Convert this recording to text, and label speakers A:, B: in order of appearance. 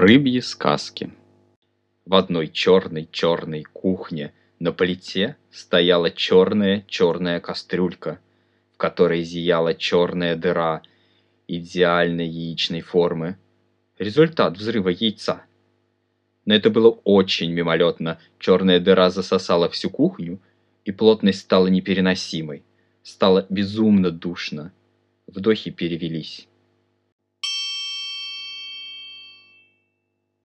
A: Рыбьи сказки. В одной черной кухне на плите стояла черная кастрюлька, в которой зияла черная дыра идеальной яичной формы. Результат взрыва яйца. Но это было очень мимолетно. Черная дыра засосала всю кухню, и плотность стала непереносимой. Стало безумно душно. Вдохи перевелись.